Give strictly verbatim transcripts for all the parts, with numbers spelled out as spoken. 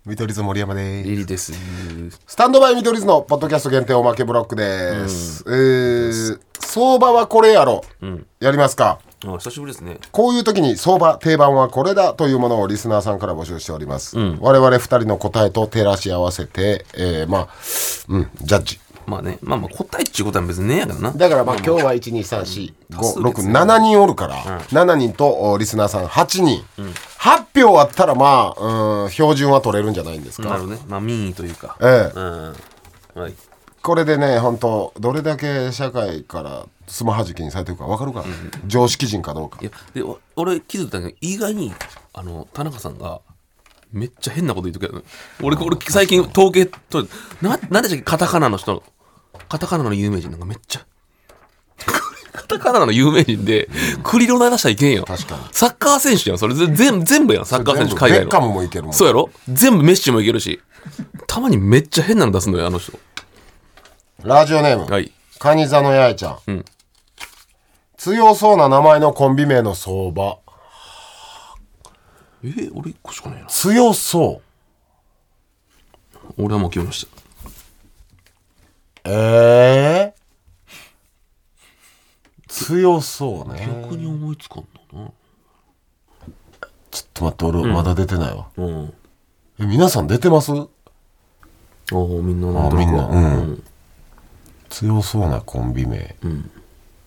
見取り図森山です。 リリです。 スタンドバイ見取り図のポッドキャスト限定おまけブロックです。うん、えー、相場はこれやろ、うん、やりますか。 あ、久しぶりですね。 こういう時に相場定番はこれだというものをリスナーさんから募集しております。うん、我々ふたりの答えと照らし合わせて、えー、まあ、うん、ジャッジ。 まあね、まあまあ答えっちゅうことは別にねえやからな。 だからまあ今日はいち、に、さん、よん、ご、ろく、ななにんおるから、うん、ななにんとリスナーさんはちにん、うん、発表あったらまあ、うん、標準は取れるんじゃないんですか。 なるほどね。まあ民意というか。 ええ、 うん、はい。 これでね、本当どれだけ社会からつまはじきにされてるか分かるか、うん、常識人かどうか。 いやで俺気づいたけど意外にあの田中さんがめっちゃ変なこと言うときある。俺俺最近統計取るな、なんでしたっけ、カタカナの人カタカナの有名人なんかめっちゃカタカナの有名人でクリロナ出したらいけんよ。 確かにサッカー選手やんそれ。全部全部やんサッカー選手。海外のベッカムもいけるもん。 そうやろ。全部メッシもいけるし、たまにめっちゃ変なの出すのよあの人。 ラジオネーム、はい、カニ座の八重ちゃん、うん、強そうな名前のコンビ名の相場。 えー、俺いっこしかないな。 強そう。 俺はもう決めました。 えー、強そうね。 逆に思いつかんだな。 ちょっと待って俺、うん、まだ出てないわ、うん、え皆さん出てます？ああみんななんとなく。 みんな、うんうん、強そうなコンビ名、うん、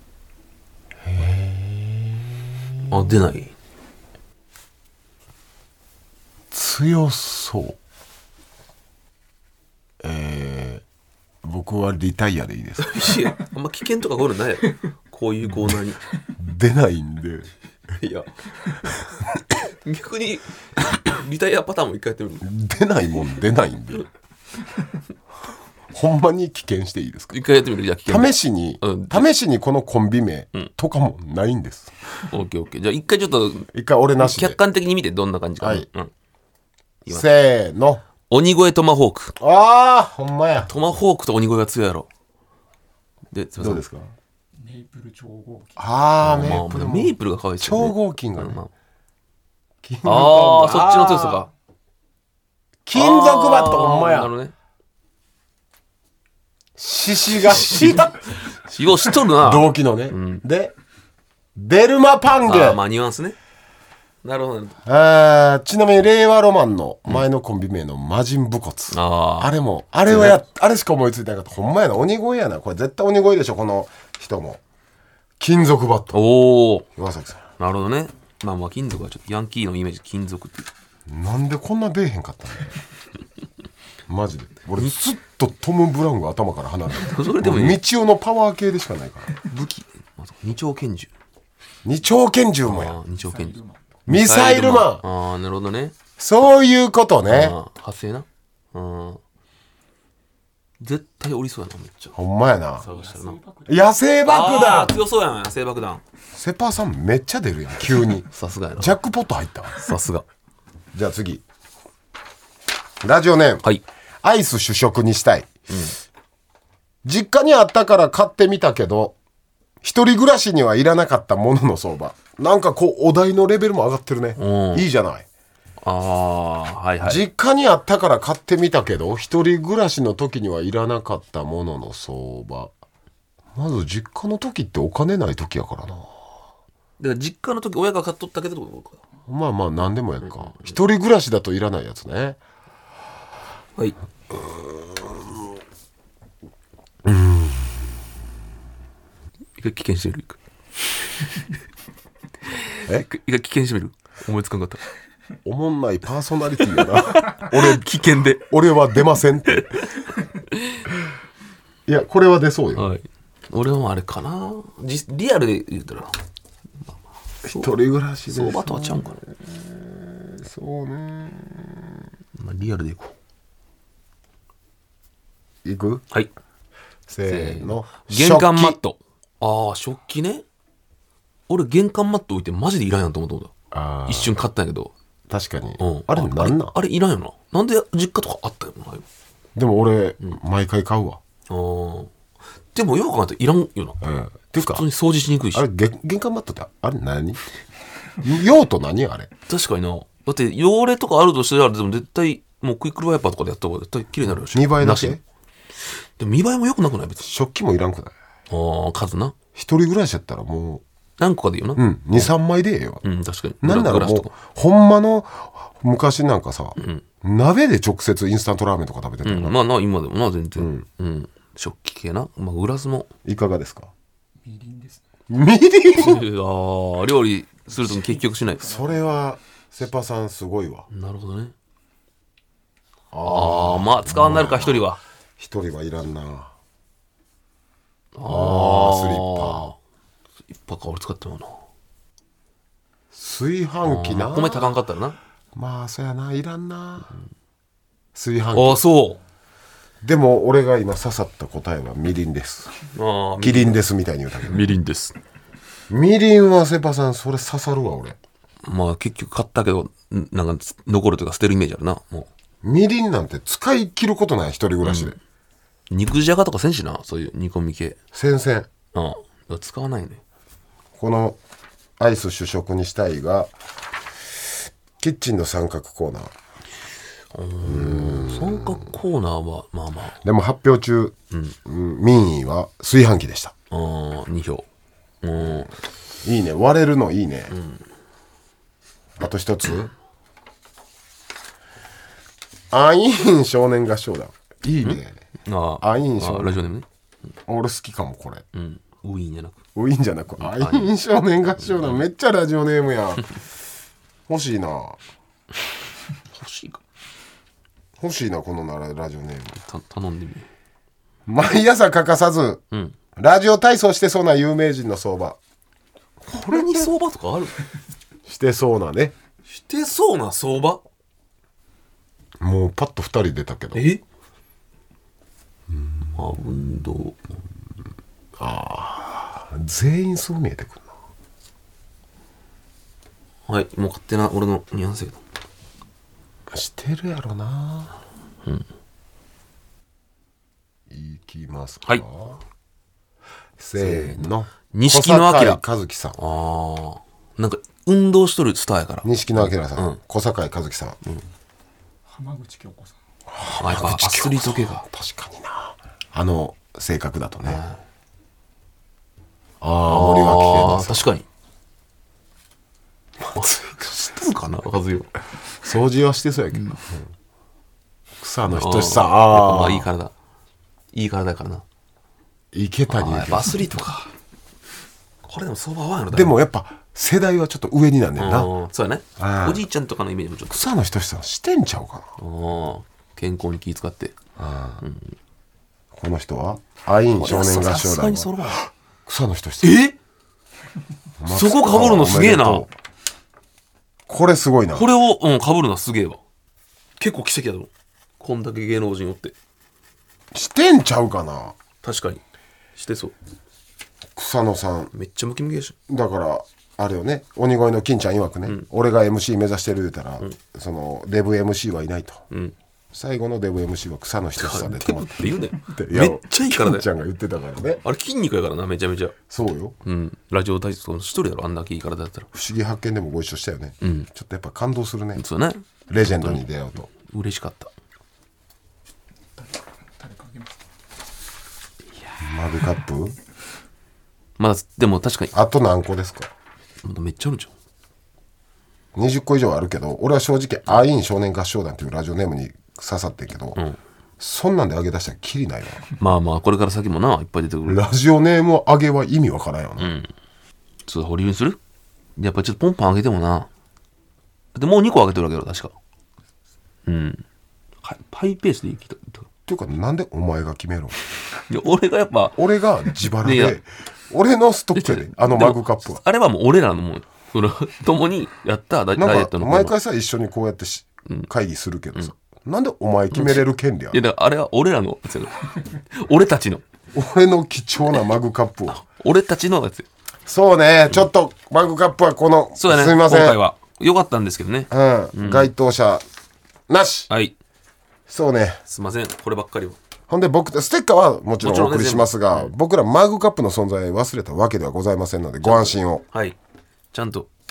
へー。あ出ない。 強そう。えー、僕はリタイアでいいですか？ いやあんま危険とかこういうのないやろこういうコーナーに出ないんで。 いや逆にリタイアパターンも一回やってみる。 出ないもん出ないんでほんまに危険していいですか？ 一回やってみる。じゃあ危険試しに、うん、試しにこのコンビ名とかもないんです。 オッケーオッケー。じゃあ一回ちょっと一回俺なしで客観的に見てどんな感じか、はい、うん、 せーの。 鬼越トマホーク。 ああほんまや。 トマホークと鬼越が強いやろ。でどうですか？ メイプル超合金。 ああメイプル、 まあ、メイプルが可愛いですよね。 超合金がね、まあ、 ああそっちの強さか。 金属バットほんまや。 なるほどね。 獅子頭よう知っとるな。 同期のね、うん、でデルマパンゲ。 あまあニュアンスね。なるほど。 あちなみに令和ロマンの前のコンビ名の魔人武骨、うん、あ, あれもあれはやあれしか思いついてなかった。ほんまやな。鬼越やな。これ絶対鬼越でしょこの人も。金属バット。 おお岩崎さん。なるほどね。まあまあ金属はちょっとヤンキーのイメージ。金属ってなんでこんな出えへんかったのマジで俺ずっとトム・ブラウンが頭から離れてそれでもいい。道夫のパワー系でしかないから。 武器二丁拳銃。 二丁拳銃もや。 二丁拳銃ミサイルマン。 ああなるほどね。 そういうことね。 派生な。うん絶対おりそうやなめっちゃ。 ほんまやな。 探したらな。 野生爆弾。 強そうやな野生爆弾。 セパーさんめっちゃ出るやん急に。 さすがやな。 ジャックポット入ったわ。 さすが。 じゃあ次ラジオネーム、はい、アイス主食にしたい、うん、実家にあったから買ってみたけど一人暮らしにはいらなかったものの相場。なんかこうお題のレベルも上がってるね、うん、いいじゃない。 ああはいはい。 実家にあったから買ってみたけど一人暮らしの時にはいらなかったものの相場。まず実家の時ってお金ない時やからな。だから実家の時親が買っとったけど僕はまあまあ何でもやんか、うんうんうん、一人暮らしだといらないやつね。 はい。 うーん。 一回危険してみる。 え？ 一回危険してみる。思いつかんかった。 おもんないパーソナリティやな。俺危険で。 俺は出ませんって。いやこれは出そうよ。 はい。俺はあれかな。リアルで言ったら。 一人暮らしで相場とはちゃうんかな。 そうね。 まあリアルでいこう。いく？ はい。 せーの。 玄関マット。ああ食器ね。俺玄関マット置いてマジでいらんやんと思った。一瞬買ったんやけど。 確かに。 うん、 あれなんなん？ あれいらんよな。なんで実家とかあったよな。 でも俺、うん、毎回買うわ。 ああ。でもよく考えたらいらんよな。 うん。ていうか普通に掃除しにくいし。 あれ玄関マットってあれ何？用途何あれ？ 確かにな。だって汚れとかあるとしてあれでも絶対もうクイックルワイパーとかでやった方が絶対綺麗になるよ。 見栄えだなしけでも見栄えも良くなくない別に。 食器もいらんくない？ ああ、数な。 一人暮らしやったらも何個かでいいよな。 う、うん、にさんまいでええよ。 うん、確かに。 なんならもうグラスとかほんまの昔なんかさ、鍋で直接インスタントラーメンとか食べてたよな、 うん、まあな、今でもな、全然。うん。食器系な。まあ、グラスも。 いかがですか？ みりんですね。 みりんああ、料理するとき結局しない。 それはセパさんすごいわ。 なるほどね。ああ、まあ、使わんなるか、一人は。 一人はいらんな。 ああースリッパ。 スリッパか、俺使ってもな。 炊飯器な。 米高んかったらな。 まあそやな、いらんな、炊飯ああ、 器。 そうでも俺が今刺さった答えはみりんです。 ああ、 キリンですみたいに言うたけど、 みりんです。 みりんはセパさんそれ刺さるわ。俺まあ、結局買ったけど、んなんか残るというか捨てるイメージあるな。もみりんなんて使い切ることない。一人暮らしで、 う。肉じゃがとかせんしな、そういう煮込み系。 先生ああ、使わないね。 このアイス主食にしたいがキッチンの三角コーナー。 三角コーナーは、まあまあ、 でも発表中、うん民意は炊飯器でした。 ああ、に票。うん。 いいね、割れるのいいね、あと一つ、アイーン少年合唱団。いいね。 ああ、 アイーン少あラジオ年、 ネームね。 俺好きかもこれ。 うん。ウィーンじゃなく。 ウィーンじゃなくアイーン少年合唱団、めっちゃラジオネームやん。欲しいな、 欲しいか。 欲しいな、このならラジオネーム。 た頼んでみる。 毎朝欠かさず、 んラジオ体操してそうな有名人の相場。 これに相場とかあるしてそうなね。 してそうな相場もうパッとふたり出たけど、 えあ、運動。 全員そう見えてくるな。 はい、もう勝手な俺のニュアンスやけど。 してるやろな。うんいきますか。 はいせーの。 錦野旦小坂井和樹さん。 ああ、なんか運動しとるスターやから。 錦野旦さん、小坂井和樹さん、 浜口京子さん。 あ、やっぱアスリート系が。 確かにな、あの性格だとね。ああ、森脇健ああ、 児さん。 確かに。知ってるかな、和代。 掃除はしてそうやけど、うん草野仁さん。 あーやっぱああまあいい体。いい体やからな。 池谷あーやっぱアスリートか。これでも相場合わんやろ。 でもやっぱ世代はちょっと上になんねんな。 うんそうやね。 あーおじいちゃんとかのイメージもちょっと。 草野仁さんしてんちゃうかな。 ああ、健康に気遣って。 この人はアイン少年合さ唱団はすがにそれは。 草野仁さん。 えそこ被るのすげえな。 おめでとう。これすごいな。 これを、うん、被るのすげえわ。結構奇跡だと思う。こんだけ芸能人おって。 してんちゃうかな。 確かに。してそう。 草野さんめっちゃムキムキでしだからあれよね、鬼越の金ちゃん曰くね、俺が エムシー 目指してる言うたら、そのデブ エムシー はいないと、最後のデブ エムシー は草野仁さんで止まっょ。って言うね。 てめっちゃいいからね金ち。ゃんが言ってたからね。 あれ筋肉やからな、めちゃめちゃ。 そうよ。 うん。ラジオ体操一人だろ、あんだけいい体だったら。 不思議発見でもご一緒したよね、ちょっとやっぱ感動するね、 そうだね。 レジェンドに出会うと。 嬉しかった。 誰かあげますか。 マグカップまだ、でも確かに、 あと何個ですか？ まだめっちゃあるんじゃん。 にじゅっこ以上あるけど、俺は正直アイン少年合唱団っていうラジオネームに刺さってんけど、そんなんで上げ出したらキリないわ。 まあまあ、これから先もな、いっぱい出てくる。 ラジオネームを上げは意味わからんよな、 ちょっと保留にする？やっぱちょっとポンポン上げてもな。だってもうにこ上げてるわけよ、確か。うん。はいハイペースでいいきた。 っていうかなんでお前が決めろ。 いや俺がやっぱ、 俺が自腹いやで俺のストックやで、あのマグカップは。 あれはもう俺らのもん。その、共にやったダイなんかダイエットの。 毎回さ一緒にこうやってし会議するけどさ、なんでお前決めれる権利あいや、 る？ だからあれは俺らのやつやろ。俺たちの。 俺の貴重なマグカップを。 俺たちのやつ。 そうね、ちょっとマグカップはこの、 そうだね。 すみません、 今回は。よかったんですけどね。 うん、該当者なし。 はい。 そうね。 すいません。こればっかりは。 ほんで僕ステッカーはもちろもちろんねんお送りしますが、僕らマグカップの存在忘れたわけではございませんのでご安心を。 はい。ちゃんと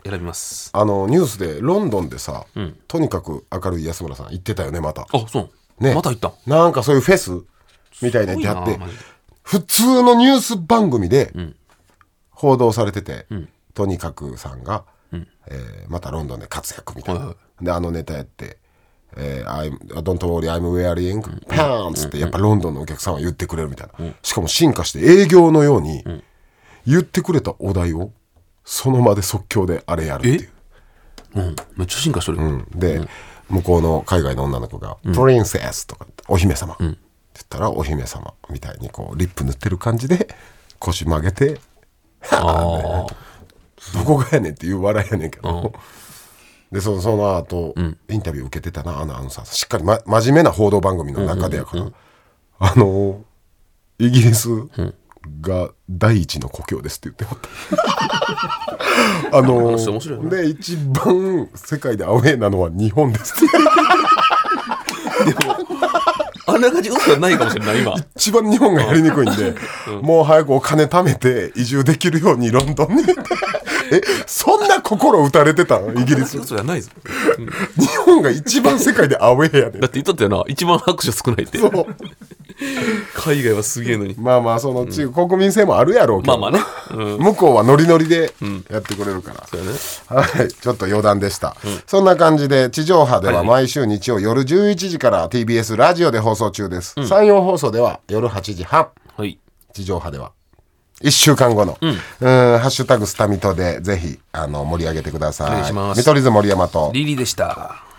選びます。 あのニュースでロンドンでさ、 うん、 とにかく明るい安村さん行ってたよね。またあそうね、 また行った。 なんかそういうフェスみたいなのやって普通のニュース番組で報道されてて、うん、とにかくさんが、うんえー、またロンドンで活躍みたいな、はいはい、であのネタやってえー、Don't worry I'm wearing pants ってやっぱロンドンのお客さんは言ってくれるみたいな、うん、しかも進化して営業のように言ってくれたお題をその場で即興であれやるっていう、 うん、めっちゃ進化してる、 うん、で、うん、向こうの海外の女の子が、うん、プリンセスとかお姫様、うん、って言ったらお姫様みたいにこうリップ塗ってる感じで腰曲げてあどこがやねんっていう笑いやねんけど、で そ, その後、うん、インタビュー受けてたなあのアナウンサーしっかり、ま、真面目な報道番組の中でやから、うんうんうん、あのイギリスが第一の故郷ですって言ってあので一番世界でアウェーなのは日本ですってでもあんな感じ嘘はないかもしれない今一番日本がやりにくいんで、うん、もう早くお金貯めて移住できるようにロンドンにえそんな心打たれてたのイギリス。 嘘じゃないぞ、 うん、日本が一番世界でアウェーやねん。 だって言ったってよな一番拍手少ないってそう海外はすげえのにまあまあその、うん、国民性もあるやろうけど、 まあまあね、うん、 向こうはノリノリでやってくれるから、うん、そうね、はいちょっと余談でした、うん、そんな感じで地上波では毎週日曜夜じゅういちじから ティービーエス ラジオで放送中です、うん、山陽放送では夜はちじはん、はい、地上波ではいっしゅうかんごの、うん、うーんハッシュタグスタミトでぜひあの盛り上げてください。お願いします。見取り図森山とリリーでした。